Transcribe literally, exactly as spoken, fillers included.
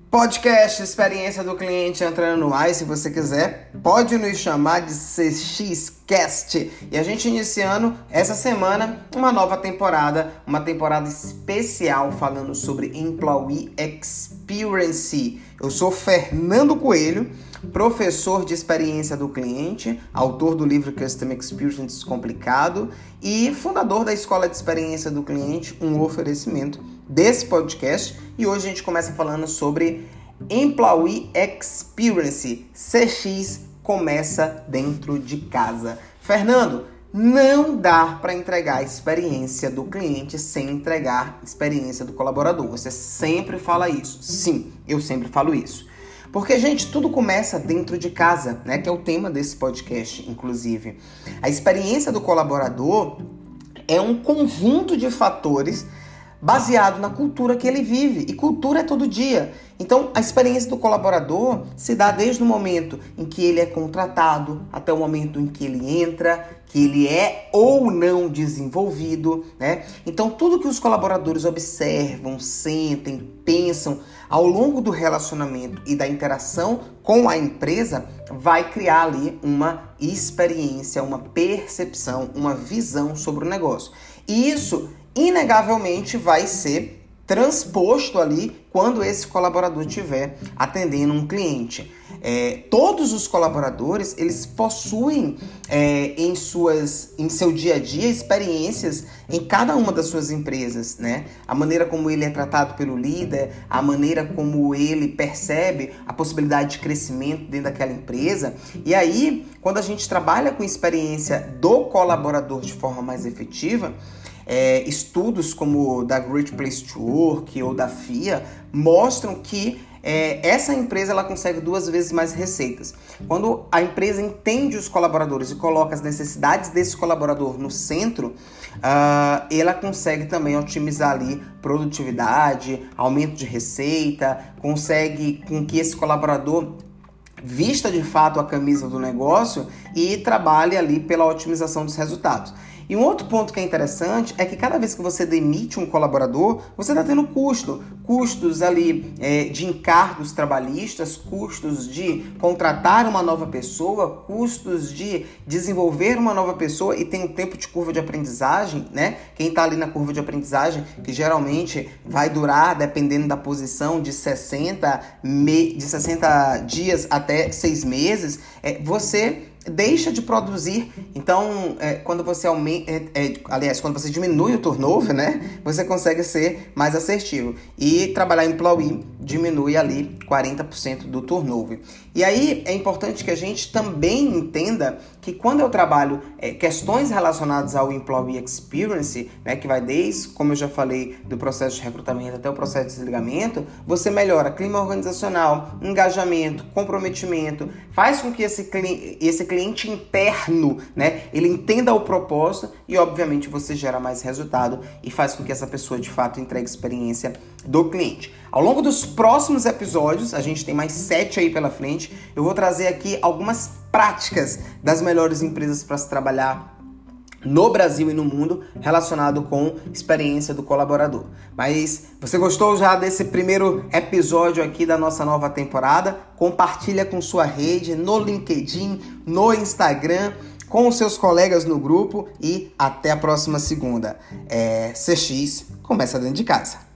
Podcast Experiência do Cliente entrando no ar, e se você quiser, pode nos chamar de C X Cast. E a gente iniciando essa semana uma nova temporada, uma temporada especial falando sobre Employee Experience. Eu sou Fernando Coelho, professor de experiência do cliente, autor do livro Customer Experience Descomplicado e fundador da Escola de Experiência do Cliente, um oferecimento desse podcast. E hoje a gente começa falando sobre Employee Experience. C X começa dentro de casa. Fernando, não dá para entregar a experiência do cliente sem entregar a experiência do colaborador. Você sempre fala isso. Sim, eu sempre falo isso. Porque, gente, tudo começa dentro de casa, né? Que é o tema desse podcast, inclusive. A experiência do colaborador é um conjunto de fatores baseado na cultura que ele vive. E cultura é todo dia. Então, a experiência do colaborador se dá desde o momento em que ele é contratado até o momento em que ele entra, que ele é ou não desenvolvido, né? Então, tudo que os colaboradores observam, sentem, pensam ao longo do relacionamento e da interação com a empresa vai criar ali uma experiência, uma percepção, uma visão sobre o negócio. E isso, inegavelmente, vai ser transposto ali quando esse colaborador estiver atendendo um cliente. É, todos os colaboradores, eles possuem é, em, suas, em seu dia a dia experiências em cada uma das suas empresas, né? A maneira como ele é tratado pelo líder, a maneira como ele percebe a possibilidade de crescimento dentro daquela empresa. E aí, quando a gente trabalha com experiência do colaborador de forma mais efetiva, É, estudos como o da Great Place to Work ou da F I A mostram que é, essa empresa ela consegue duas vezes mais receitas. Quando a empresa entende os colaboradores e coloca as necessidades desse colaborador no centro, uh, ela consegue também otimizar ali produtividade, aumento de receita, consegue com que esse colaborador vista de fato a camisa do negócio e trabalhe ali pela otimização dos resultados. E um outro ponto que é interessante é que cada vez que você demite um colaborador, você está tendo custo. Custos ali é, de encargos trabalhistas, custos de contratar uma nova pessoa, custos de desenvolver uma nova pessoa e tem um tempo de curva de aprendizagem, né? Quem está ali na curva de aprendizagem, que geralmente vai durar, dependendo da posição, de sessenta, me... de sessenta dias até seis meses, é, você deixa de produzir. Então, é, quando você aumenta, é, é, aliás, quando você diminui o turnover, né, você consegue ser mais assertivo. E trabalhar em employee diminui ali quarenta por cento do turnover. E aí é importante que a gente também entenda que quando eu trabalho é, questões relacionadas ao Employee Experience, né, que vai desde, como eu já falei, do processo de recrutamento até o processo de desligamento, você melhora clima organizacional, engajamento, comprometimento, faz com que esse, cli- esse cliente interno, né, ele entenda o propósito e, obviamente, você gera mais resultado e faz com que essa pessoa, de fato, entregue experiência do cliente. Ao longo dos próximos episódios, a gente tem mais sete aí pela frente, eu vou trazer aqui algumas práticas das melhores empresas para se trabalhar no Brasil e no mundo relacionado com experiência do colaborador. Mas você gostou já desse primeiro episódio aqui da nossa nova temporada? Compartilha com sua rede, no LinkedIn, no Instagram, com os seus colegas no grupo e até a próxima segunda. É, C X começa dentro de casa.